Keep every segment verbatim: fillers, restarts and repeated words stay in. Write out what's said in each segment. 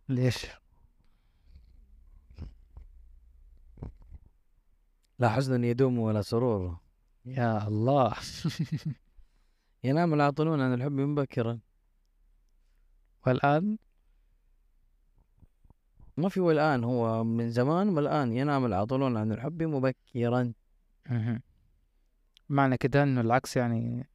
ليش؟ لا حزن يدوم ولا سرور. يا الله. ينام العاطلون عن الحب مبكرا. والآن ما في والآن، هو من زمان والآن ينام العاطلون عن الحب مبكرا. مهم. معنى كده إنه العكس يعني.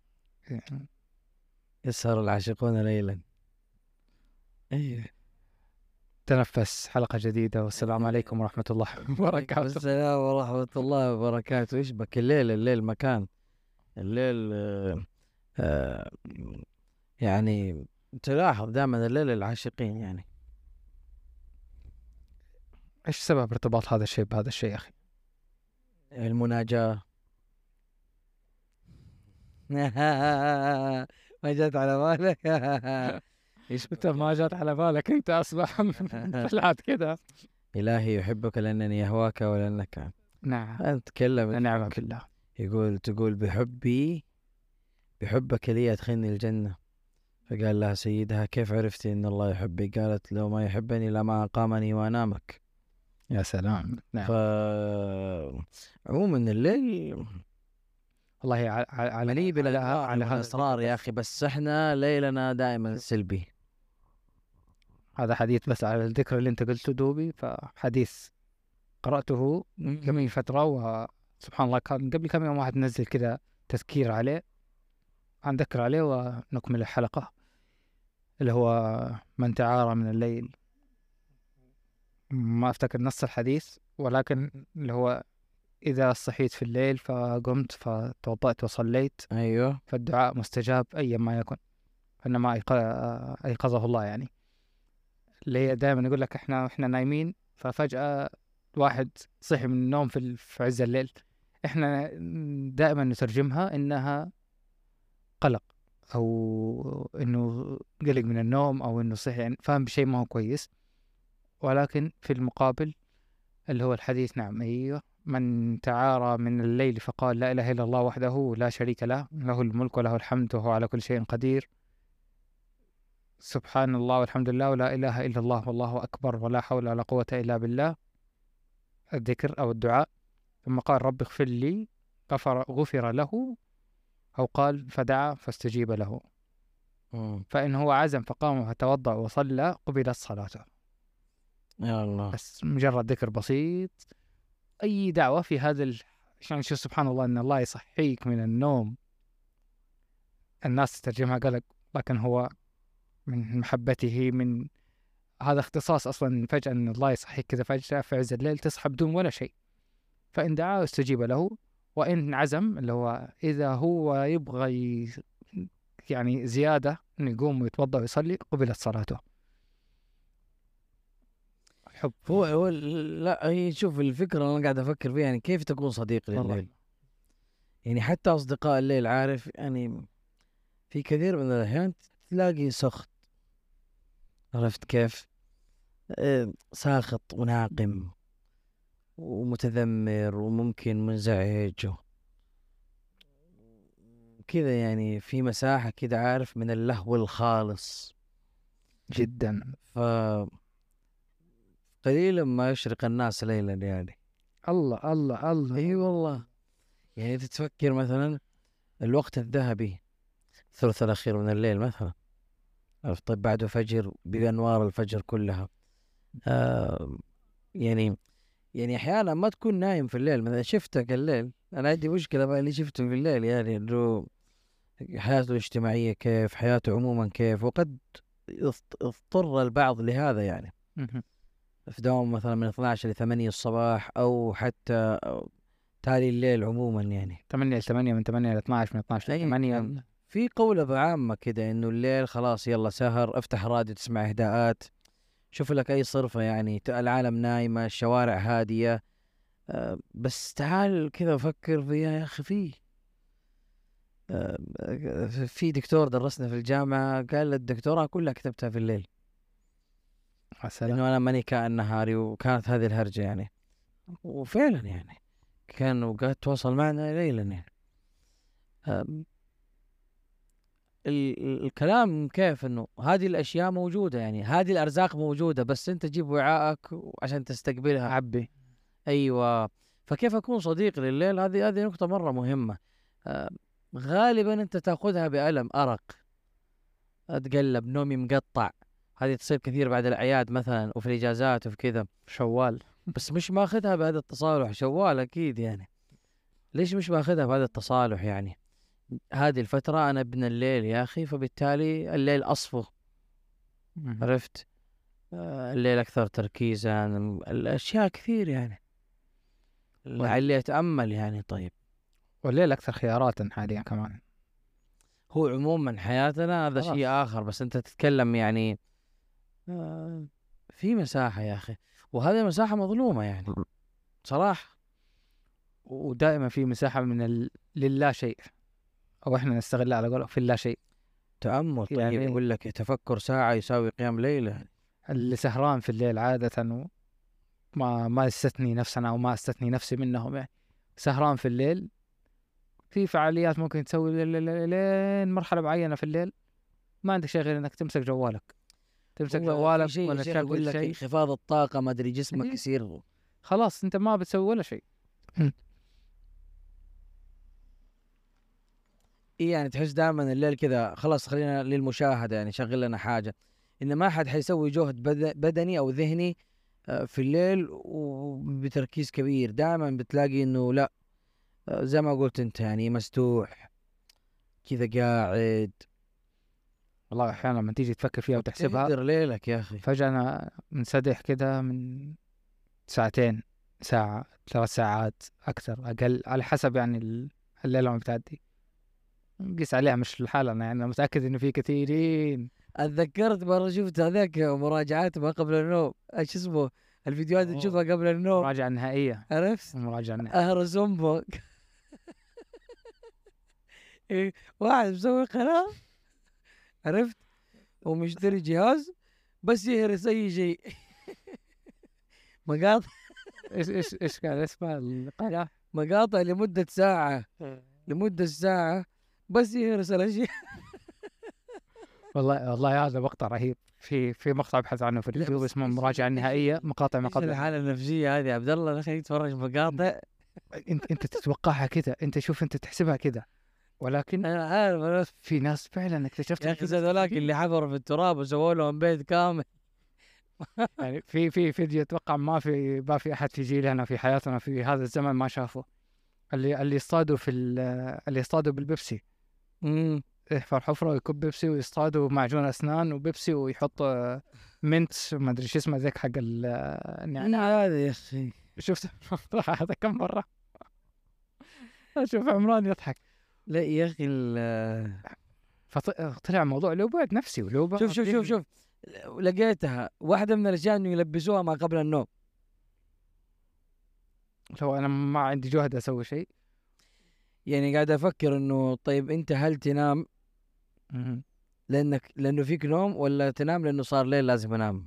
يسهر العاشقون ليلا. ايه. تنفس حلقة جديدة، والسلام عليكم ورحمة الله وبركاته. السلام ورحمة الله وبركاته. ايش بك؟ الليل الليل مكان الليل آه آه يعني تلاحظ دائما الليل العاشقين يعني. إيش سبب ارتباط هذا الشيء بهذا الشيء يا أخي؟ المناجاة. ما جت على بالك؟ ايش أنت ما جات على بالك أنت أصلا؟ طلعت كده. إلهي يحبك لأنني أهواك ولأنك نعم. أتكلم. نعم بالله. يقول تقول بحبي بحبك لي أدخلني الجنة. فقال لها سيدها كيف عرفتي أن الله يحبي؟ قالت لو ما يحبني لما أقامني وأنامك. يا سلام. نعم. ف عموما الليل والله على على مليء على, بالأنوار على هذا والأسرار يا أخي، بس احنا ليلنا دائما سلبي. هذا حديث بس على الذكر اللي أنت قلته دوبي، فحديث قرأته قبل فترة، وسبحان الله كان قبل كم يوم واحد نزل كذا تذكير عليه، هنذكر عليه ونكمل الحلقة. اللي هو من تعارى من الليل، ما أفتكر نص الحديث، ولكن اللي هو إذا صحيت في الليل فقمت فتوضأت وصليت أيوه. فالدعاء مستجاب أيا ما يكن، إنما أيق- أيقظه الله يعني. اللي هي دائما يقول لك إحنا إحنا نايمين ففجأة واحد صحي من النوم في ال- في عز الليل، إحنا دائما نترجمها إنها قلق، أو إنه قلق من النوم، أو إنه صحي يعني فاهم بشيء ما هو كويس. ولكن في المقابل اللي هو الحديث، نعم أيوه، من تعارى من الليل فقال لا إله إلا الله وحده لا شريك له، له الملك وله الحمد وهو على كل شيء قدير، سبحان الله والحمد لله ولا إله إلا الله والله أكبر ولا حول ولا قوة إلا بالله، الذكر أو الدعاء. ثم قال رب اغفر لي، غفر غفر له، أو قال فدعا فاستجيب له. مم. فإن هو عزم فقام فتوضأ وصلى قبلت صلاته. يا الله. بس مجرد ذكر بسيط، أي دعوة في هذا ال... عشان شوف سبحان الله إن الله يصحيك من النوم. الناس تترجمها قلق، لكن هو من محبته، من هذا اختصاص أصلا، فجأة إن الله يصحيك كذا فجأة في عز الليل تصحى بدون ولا شيء. فإن دعا استجيب له، وإن عزم اللي هو إذا هو يبغى ي... يعني زيادة إنه يقوم ويتوضأ ويصلي قبلت صلاته. الحب. هو هو لا، هي شوف الفكرة أنا قاعد أفكر فيها يعني كيف تكون صديق والله. لليل. يعني حتى أصدقاء الليل عارف يعني في كثير من الأحيان تلاقي سخط، عرفت كيف؟ آه، ساخط وناقم ومتذمر وممكن منزعج كذا، يعني في مساحة كذا عارف من اللهو الخالص جدا. ف قليلا ما يشرق الناس ليلا يعني. الله الله الله. اي والله. يعني تتفكر مثلا الوقت الذهبي الثلث الأخير من الليل مثلا، عرفت؟ طيب بعده فجر بأنوار الفجر كلها. آه يعني يعني أحيانا ما تكون نايم في الليل، مثلا شفتك الليل، أنا عندي مشكلة بقى اللي شفته في الليل، يعني إنه حياته الاجتماعية كيف، حياته عموما كيف، وقد يضط- يضطر البعض لهذا يعني مهم. في دوام مثلا من اثنا عشر ل ثمانية الصباح أو حتى تالي الليل عموما يعني. ثمانية ل ثمانية، من ثمانية ل اثنا عشر، من اثنا عشر ل أي ثمانية. نعم. في قولة عامة كده إنه الليل خلاص يلا سهر، افتح راديو تسمع إهداءات، شوف لك أي صرفة يعني، ت- العالم نايمة، الشوارع هادية. أه بس تعال كذا فكر فيها يا أخي. في أه في دكتور درسنا في الجامعة قال الدكتوراه كلها كتبتها في الليل، يا سلام. إنه أنا ماني كائن نهاري، وكانت هذه الهرجة يعني. وفعلا يعني كان وقت تواصل معنا ليلا يعني. أه ال- الكلام كيف انه هذه الاشياء موجوده، يعني هذه الارزاق موجوده، بس انت جيب وعائك عشان تستقبلها. عبي. ايوه. فكيف اكون صديق لليل؟ هذه هذه نقطه مره مهمه. آه غالبا انت تاخذها بألم، ارق، اتقلب، نومي مقطع. هذه تصير كثير بعد الاعياد مثلا وفي الاجازات وفي كذا. شوال. بس مش ماخذها بهذا التصالح. شوال اكيد يعني. ليش مش ماخذها بهذا التصالح؟ يعني هذه الفترة أنا ابن الليل يا أخي، فبالتالي الليل أصفو. مهم. عرفت؟ آه، الليل أكثر تركيزا، الأشياء كثير يعني. وال- لعلي أتأمل يعني. طيب، والليل أكثر خياراتا حاليا كمان. هو عموما حياتنا هذا خلاص. شيء آخر، بس أنت تتكلم يعني آه، في مساحة يا أخي، وهذه مساحة مظلومة يعني صراحة. ودائما في مساحة من ال... للا شيء، أو إحنا نستغلها على قولك في اللا شيء. تأمل. طيب يعني يقول لك تفكر ساعة يساوي قيام ليلة. اللي سهران في الليل عادة ما ما استثني نفسنا أو ما استثني نفسي منهم، يعني سهران في الليل في فعاليات ممكن تسوي ل- ل- ل- لين مرحلة معينة في الليل ما عندك شيء غير إنك تمسك جوالك، تمسك هو في جوالك شيء يا ولا شيخ يقول تشغل لك شيء. انخفاض الطاقة، ما أدري جسمك إيه. يصير. خلاص أنت ما بتسوي ولا شيء. إيه يعني تحس دائما الليل كذا خلاص خلينا للمشاهدة، يعني شغل لنا حاجة، إن ما حد حيسوي جهد بد- بدني أو ذهني آه، في الليل وبتركيز كبير. دائما بتلاقي إنه لا، آه، زي ما قلت أنت يعني مستوح كذا قاعد. والله أحيانا لما تيجي تفكر فيها وتحسبها تهدر ليلك يا أخي. فجأة أنا منسدح كده من ساعتين، ساعة، ثلاث ساعات، أكثر أقل على حسب يعني ال- الليلة ما بتعدي. قيس عليها مش لحالنا، يعني أنا متأكد إنه في كثيرين. أتذكرت مرة شفت هذاك مراجعات ما قبل النوم، ايش اسمه، الفيديوهات اللي أوه. تشوفها قبل النوم، مراجعة نهائية. عرفت؟ مراجعة نهائية. أهرس أمك. إيه، واحد مسوي قناة، عرفت، ومشتري جهاز بس يهرس أي شيء. مقاطع إيش إيش إيش كان اسمها القناة؟ مقاطع لمدة ساعة، لمدة ساعة بس يهرس الأشياء. والله والله هذا مقطع رهيب، في في مقطع ابحث عنه في لا اليوتيوب بس اسمه إيش المراجعة ال- إيش النهائية، ال- مقاطع ما ايش قبل. الحالة النفسية هذه يا عبد الله؟ يا أخي تتفرج مقاطع. انت انت تتوقعها كذا، انت شوف انت تحسبها كذا، ولكن أنا عارف أنا. في ناس فعلا اكتشفت يا إن أخي في زي ناس ذولاك كثيرين. اللي حفروا في التراب وسووا لهم بيت كامل. يعني في في فيديو اتوقع ما في ما في احد في جيلنا في حياتنا في هذا الزمن ما شافه، اللي اللي يصطادوا في ال- اللي يصطادوا بالبيبسي، امم يحفر حفرة ويكب بيبسي ويصطادوا معجون اسنان وبيبسي ويحط آه، منت ما ادري شو اسمه ذاك حق ال- النعناع. هذا يا أخي. شفت المقطع هذا كم مرة؟ اشوف عمران يضحك. لا يا أخي ال- فطلع موضوع له بعد نفسي وله بعد شوف شوف شوف ذهني. شوف لقيتها واحدة من الأشياء إنه يلبسوها ما قبل النوم. لو انا ما عندي جهد اسوي شيء. يعني قاعد أفكر إنه طيب أنت هل تنام مهم. لأنك لأنه فيك نوم، ولا تنام لأنه صار ليل لازم أنام؟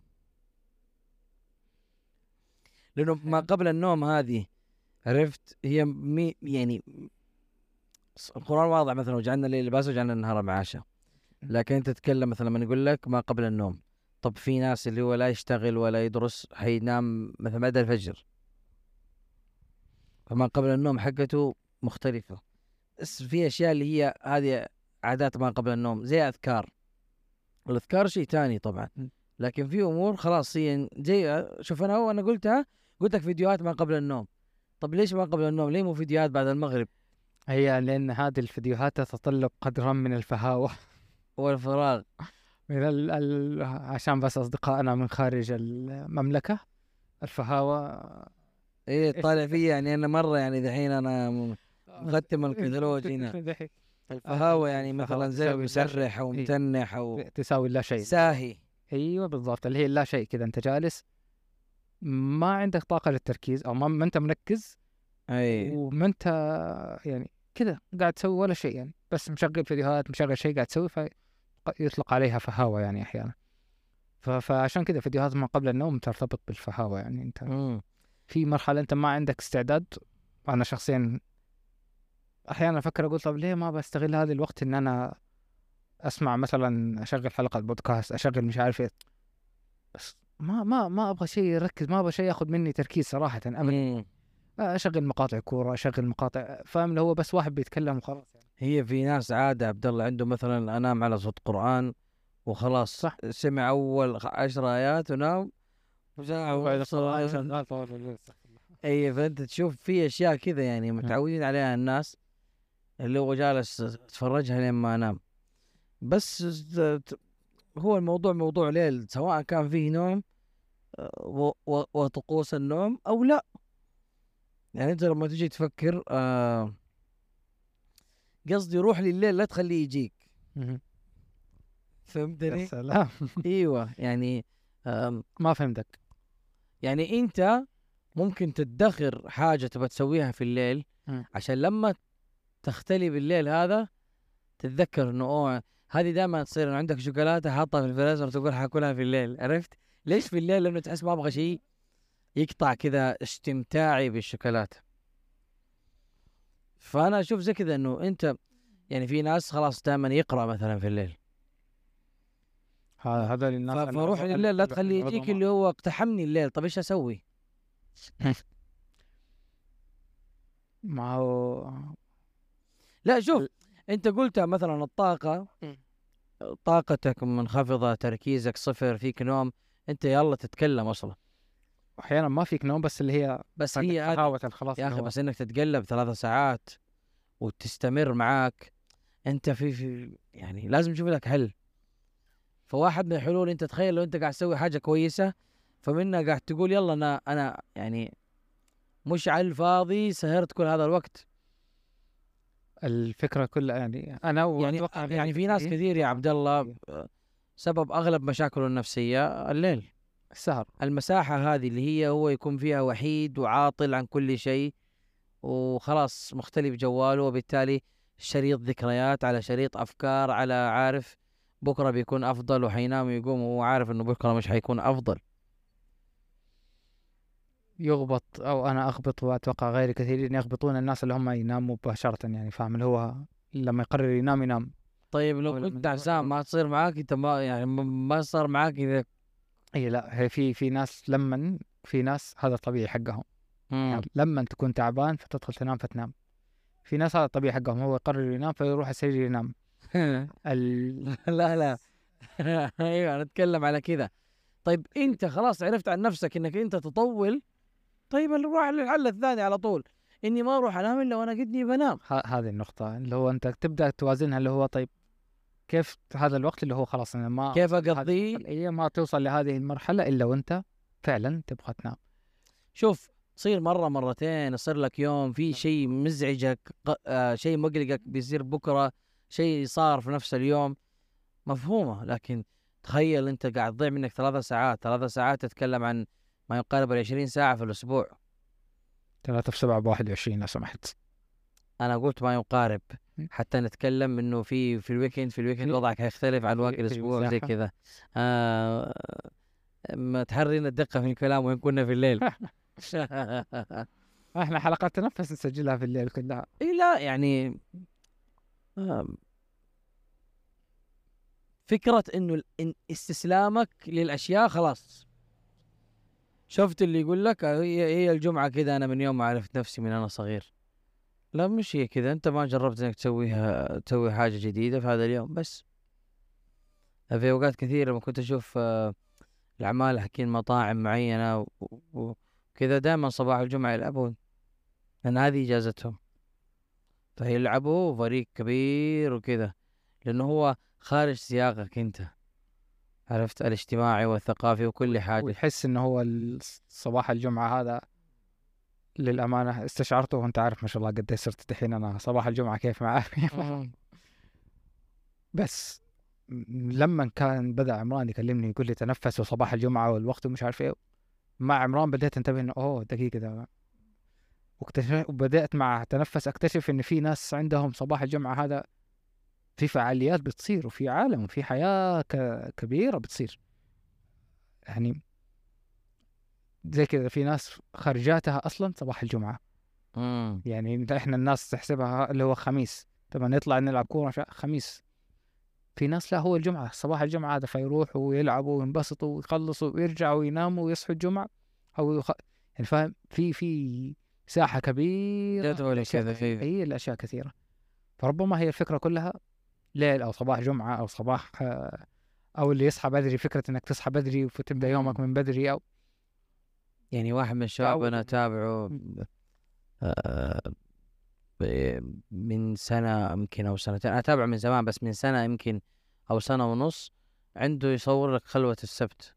لأنه ما قبل النوم هذه، عرفت، هي مي يعني القرآن واضح مثلا وجعلنا الليل لباسا وجعلنا النهار معاشا. لكن أنت تتكلم مثلا لما يقول لك ما قبل النوم، طب في ناس اللي هو لا يشتغل ولا يدرس حينام مثلا بعد الفجر، فما قبل النوم حقته مختلفة. بس في أشياء اللي هي هذه عادات ما قبل النوم زي أذكار. الأذكار شيء تاني طبعا، م. لكن في أمور خلاص هي زي شوف أنا هو أنا قلتها، قلت لك فيديوهات ما قبل النوم. طب ليش ما قبل النوم؟ ليه مو فيديوهات بعد المغرب هي لأن هذه الفيديوهات تتطلب قدرا من الفهاوة والفراغ؟ من ال... ال... عشان بس أصدقائنا من خارج المملكة، الفهاوة إيه إيش طالع فيا يعني أنا مرة يعني دحين أنا م- مختم الكتالوج هنا. دحين الفهاوة يعني الفهاوة مثلا زي تساوي لا شيء. مسرح أو إيه. متنح أو تساوي لا شيء. ساهي. أيوة بالضبط، اللي هي لا شيء كذا، أنت جالس ما عندك طاقة للتركيز أو ما, ما أنت مركز أي وما أنت يعني كذا قاعد تسوي ولا شيء، يعني بس مشغل فيديوهات مشغل شيء قاعد تسوي، فيطلق عليها فهاوة يعني أحيانا. ف... فعشان كذا فيديوهات ما قبل النوم ترتبط بالفهاوة، يعني أنت مم. في مرحلة أنت ما عندك استعداد. أنا شخصيا أحيانا أفكر أقول طب ليه ما بستغل هذا الوقت إن أنا اسمع مثلا اشغل حلقه بودكاست، اشغل مش عارف ايه، بس ما ما ما ابغى شيء يركز، ما ابغى شيء ياخذ مني تركيز صراحه ابدا. مم. اشغل مقاطع كوره، اشغل مقاطع، فاهم اللي هو بس واحد بيتكلم وخلاص يعني. هي في ناس عادة عبد الله عنده مثلا انام على صوت قرآن وخلاص، صح. سمع اول خ- عشر ايات ونام وساعة وبعد ونص القران ولا- شغال طول الليل. اي، فانت تشوف في اشياء كذا يعني متعودين عليها الناس، اللي هو جالس اتفرجها لين ما انام. بس ت- هو الموضوع موضوع ليل، سواء كان فيه نوم آه، و- و- وطقوس النوم او لا. يعني انت لما تجي تفكر آه قصدي روح لليل لا تخليه يجيك. مهم. يا فهمتني؟ سلام. ايوه يعني آم، ما فهمتك. يعني انت ممكن تدخر حاجة تبى تسويها في الليل مم. عشان لما تختلي بالليل هذا تتذكر انه اوه هذه دائما تصير انه عندك شوكولاتة حاطها في الفريزر تقول حاكلها في الليل. عرفت ليش في الليل؟ لانه تحس ما ابغى شيء يقطع كذا استمتاعي بالشوكولاتة. فانا اشوف زي كذا انه انت يعني في ناس خلاص دائما يقرأ مثلا في الليل، ه- هذا للناس ف- فروح الليل لا تخليه يجيك اللي هو اقتحمني الليل. طب ايش اسوي؟ ما هو لا شوف، انت قلت مثلا الطاقة، مم. طاقتك منخفضة، تركيزك صفر، فيك نوم، انت يلا تتكلم اصلا. احيانا ما فيك نوم، بس اللي هي بس هي هذه حلاوه الخلاص يا اللي اخي، هو بس انك تتقلب ثلاث ساعات وتستمر معاك، انت في في يعني لازم تشوف لك حل. فواحد من الحلول، انت تخيل لو انت قاعد تسوي حاجة كويسة فمنها قاعد تقول يلا انا انا يعني مش على الفاضي سهرت كل هذا الوقت. الفكره كلها يعني انا يعني واتوقع غيري يعني في ناس كثيرين كثير يا طبعاً عبد الله كثير. آه، سبب اغلب مشاكله النفسية الليل. السهر. المساحة هذه اللي هي هو يكون فيها وحيد وعاطل عن كل شيء وخلاص مختلي بجواله، وبالتالي شريط ذكريات على شريط أفكار على عارف بكرة بيكون أفضل، وحينام ويقوم وهو عارف إنه بكرة مش حيكون أفضل. يغبط، او انا اغبط، واتوقع غيري كثيرين يغبطون الناس اللي هم يناموا مباشره، يعني فاهم اللي هو لما يقرر ينام ينام. طيب لو أو لما كنت يروح تعسان يروح. ما تصير معاك انت، ما يعني م- ما صار معاك اذا اي لا، هي في في ناس لما في ناس هذا الطبيعي حقهم، مم. يعني لما تكون تعبان فتدخل تنام فتنام. في ناس هذا الطبيعي حقهم، هو يقرر ينام فيروح السرير ينام. ال... لا لا ايوه انا اتكلم على كذا. طيب انت خلاص عرفت عن نفسك انك انت تطول، طيب نروح للحل الثاني على طول، اني ما اروح انام الا وانا قدني بنام. ه... هذه النقطة اللي هو انت تبدأ توازنها، اللي هو طيب كيف هذا الوقت اللي هو خلاص انا ما كيف أوصل لهذه اقضيه؟ المرحلة، هي ما توصل لهذه المرحلة الا وانت فعلا تبغى تنام. شوف، تصير مرة مرتين، يصير لك يوم في شيء مزعجك، ق- آه شيء مقلقك بيصير بكرة، شيء صار في نفس اليوم، مفهومة. لكن تخيل انت قاعد تضيع منك ثلاثة ساعات، ثلاثة ساعات تتكلم عن ما يقارب العشرين ساعة في الأسبوع. ثلاثة في سبعة بواحد وعشرين لو سمحت. أنا قلت ما يقارب، م. حتى نتكلم إنه في في الويكند، في الويكند في وضعك هيختلف عن باقي في في الأسبوع زي مساحة. كذا. آه ما تحرينا الدقة في الكلام وين كنا في الليل. احنا حلقات تنفس نسجلها في الليل كلها. إيه لا يعني آه فكرة انه ال- إن استسلامك للاشياء خلاص. شفت اللي يقول لك هي هي الجمعة كذا، انا من يوم ما عرفت نفسي من انا صغير. لا مش هي كذا، انت ما جربت انك تسويها، تسوي حاجة جديدة في هذا اليوم بس. في اوقات كثيرة لما كنت اشوف آه، العمال حقين مطاعم معينة و- و- وكذا دائما صباح الجمعة يلعبون، لان هذه اجازتهم، فيلعبوا فريق كبير وكذا، لانه هو خارج سياقك انت، عرفت، الاجتماعي والثقافي وكل حاجة. ويحس انه هو ال- صباح الجمعة هذا للأمانة استشعرته، وانت عارف ما شاء الله قد ايه صرت دحين انا صباح الجمعة كيف معاك. بس م- لما كان بدأ عمران يكلمني يقول لي تنفس وصباح الجمعة والوقت ومش عارف ايه، مع عمران بديت انتبه انه اوه دقيقة ده، واكتشف وبدأت مع تنفس اكتشف ان في ناس عندهم صباح الجمعة هذا في فعاليات بتصير، وفي عالم، وفي حياة ك... كبيرة بتصير، يعني زي كذا في ناس خرجاتها اصلا صباح الجمعة. امم يعني احنا الناس تحسبها اللي هو خميس، طبعا نطلع نلعب كورة شا- خميس، في ناس لا، هو الجمعة صباح الجمعة هذا فيروحوا ويلعبوا وينبسطوا ويخلصوا ويرجعوا ويناموا ويصحوا الجمعة أو يخ... يعني فاهم، في في مساحة كبيرة جدول لأشياء كذا كثيرة. في هي الأشياء كثيرة، فربما هي الفكرة كلها ليل أو صباح جمعة أو صباح آه، أو اللي يصحى بدري، فكرة إنك تصحى بدري وتبدأ يومك من بدري. أو يعني واحد من الشباب تعود. انا اتابعه آه، ب- من سنة يمكن او سنتين، انا اتابعه من زمان بس من سنة يمكن او سنة ونص، عنده يصور لك خلوة السبت.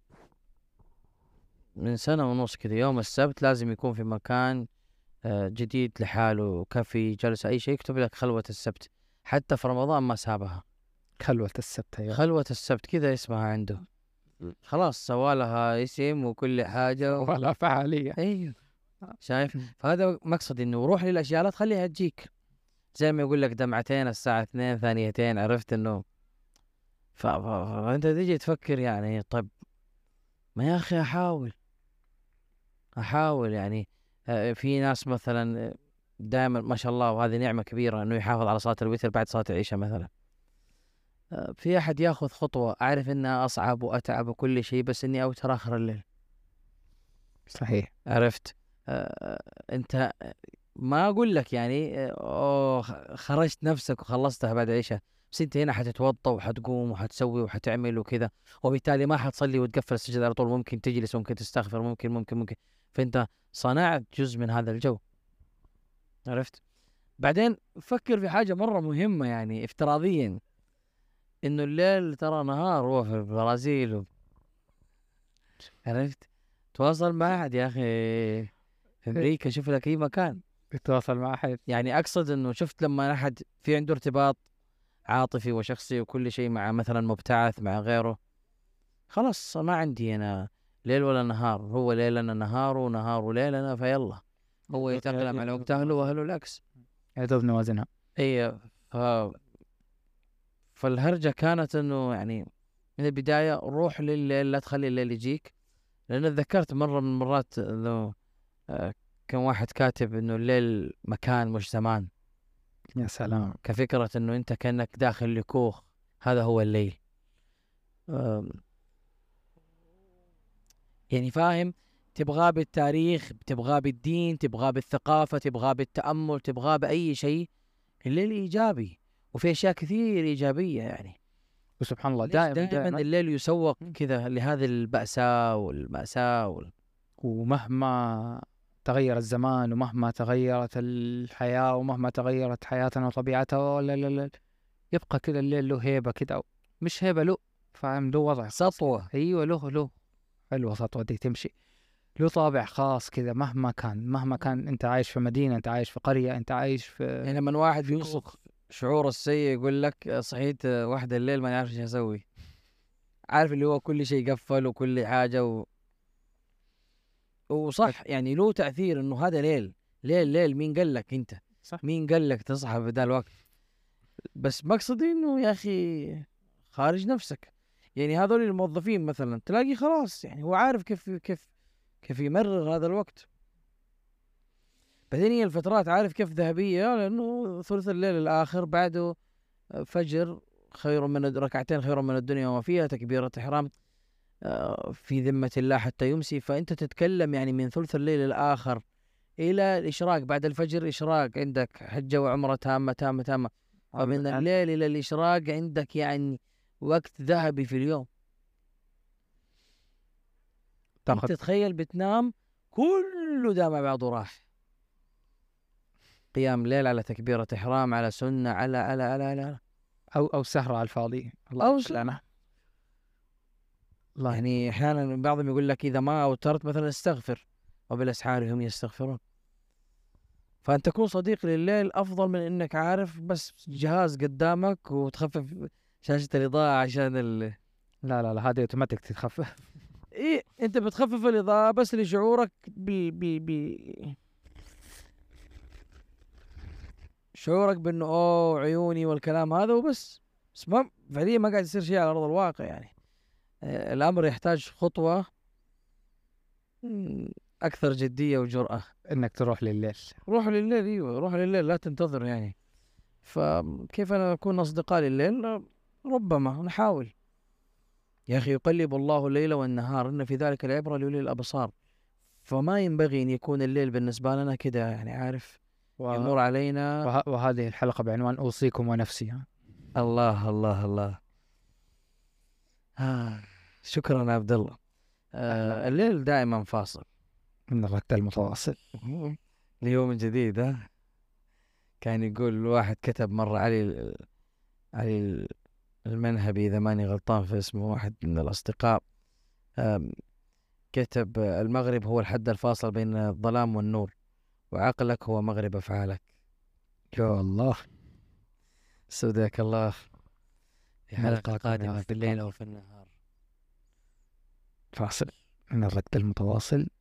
من سنة ونص كذا يوم السبت لازم يكون في مكان آه، جديد لحاله، كافي، جلسة، اي شيء، يكتب لك خلوة السبت. حتى في رمضان ما سابها. خلوة السبت هي خلوة السبت كذا اسمها عنده، خلاص سوالها اسم وكل حاجة و... ولا فعالية. ايوه شايف. فهذا مقصد انه روح للاشياء لا تخليها تجيك، زي ما يقول لك دمعتين الساعة اثنين ثانيتين، عرفت انه ف... ف... فانت تيجي تفكر يعني طيب ما يا اخي احاول احاول يعني. آه، في ناس مثلا دائما ما شاء الله، وهذه نعمة كبيرة، انه يحافظ على صلاة الوتر بعد صلاة العشاء مثلا. آه، في احد ياخذ خطوة، اعرف انها اصعب واتعب وكل شيء، بس اني اوتر اخر الليل. صحيح. عرفت. آه، انت ما اقول لك يعني آه، اوه خ- خرجت نفسك وخلصتها بعد العشاء، بس انت هنا حتتوضا وحتقوم وحتسوي وحتعمل وكذا، وبالتالي ما حتصلي وتقفل السجادة على طول، ممكن تجلس، ممكن تستغفر، ممكن ممكن ممكن فانت صنعت جزء من هذا الجو. عرفت. بعدين فكر في حاجة مرة مهمة يعني افتراضيا، انه الليل ترى نهار، هو في البرازيل و... عرفت. تواصل مع احد يا اخي في امريكا، شوف لك اي مكان. تتواصل مع أحد. يعني اقصد انه شفت لما احد في عنده ارتباط عاطفي وشخصي وكل شيء مع مثلا مبتعث مع غيره، خلاص ما عندي انا ليل ولا نهار، هو ليل انا نهار ونهار وليل انا، فيلا هو يتأقلم على وقت اهله واهله العكس. يا دوب نوازنها. اي ف... فالهرجة كانت انه يعني من البداية روح لليل، لا تخلي الليل يجيك. لان تذكرت مرة من المرات انه آه، كان واحد كاتب انه الليل مكان مش زمان، يا سلام. كفكرة انه انت كأنك داخل لكوخ، هذا هو الليل. أم، يعني فاهم، تبغاه بالتاريخ، تبغاه بالدين، تبغاه بالثقافة، تبغاه بالتأمل، تبغاه بأي شيء، الليل إيجابي، وفي أشياء كثير إيجابية يعني. وسبحان الله ليش دائما دائما دائما الليل يسوق مم. كذا لهذه البأساء والمأساة وال... ومهما تغير الزمان ومهما تغيرت الحياة ومهما تغيرت حياتنا وطبيعتها، لا لا لا، يبقى كذا الليل له هيبة كذا، مش هيبة له، فاهم، له وضع خاص. سطوة. ايوه له له حلوة سطوة دي تمشي، له طابع خاص كذا مهما كان، مهما كان انت عايش في مدينة، انت عايش في قرية، انت عايش في يعني لما واحد في بيوصف كوخ. شعور السيء يقول لك صحيت واحدة الليل ما يعرف ايش اسوي، عارف اللي هو كل شيء قفل وكل حاجة و... وصح يعني له تأثير انه هذا ليل. ليل ليل مين قال لك انت؟ صح. مين قال لك تصحى في ذا الوقت؟ بس مقصدي انه يا اخي خارج نفسك. يعني هذول الموظفين مثلا تلاقي خلاص يعني هو عارف كيف كيف كيف يمرر هذا الوقت. بعدين هي الفترات عارف كيف ذهبية، لانه ثلث الليل الاخر بعده فجر خير من الد- ركعتين خير من الدنيا وما فيها، تكبيرة إحرام آه، في ذمة الله حتى يمسي. فأنت تتكلم يعني من ثلث الليل الآخر إلى الإشراق، بعد الفجر إشراق، عندك حجة وعمرة تامة تامة تامة. فمن الليل إلى الإشراق عندك يعني وقت ذهبي في اليوم. تاخذ أنت تخيل بتنام كله ده مع بعضه راح، قيام ليل على تكبيرة إحرام على سنة على على على على او او سهرة على الفاضي. الله أو يغفر لنا. الله يعني احيانا بعضهم يقول لك اذا ما اوترت مثلا استغفر، وبالاسحار هم يستغفرون. فان تكون صديق لليل افضل من انك عارف بس جهاز قدامك وتخفف شاشة الاضاءة عشان ال... لا لا لا، هذه اوتوماتيك تتخفف. إيه انت بتخفف الاضاءة بس لشعورك بال بال بال شعورك بانه اوه عيوني والكلام هذا وبس. بس ما فعليا ما قاعد يصير شيء على ارض الواقع يعني. آه، الامر يحتاج خطوة مم، اكثر جدية وجرأة. انك تروح لليل. روح لليل، ايوه روح لليل، لا تنتظر يعني. فكيف انا اكون اصدقاء لليل؟ ربما نحاول. يا أخي يقلب الله الليل والنهار إن في ذلك العبرة لأولي الأبصار. فما ينبغي أن يكون الليل بالنسبة لنا كده، يعني عارف، و... يمر علينا. وه... وهذه الحلقة بعنوان أوصيكم ونفسي. ها؟ الله الله الله. آه. شكرا عبد الله. آه. الليل دائما فاصل من الركض المتواصل ليوم جديد. ها كان يقول الواحد كتب مرة علي ال- علي ال- المنهبي إذا ماني غلطان في اسمه، واحد من الأصدقاء، آم، كتب آه، المغرب هو الحد الفاصل بين الظلام والنور، وعقلك هو مغرب أفعالك. يا الله. سوداك الله. في حلقة نلقاكم يا قادمة في الليل أصدقاء. أو في النهار. فاصل من الركض المتواصل.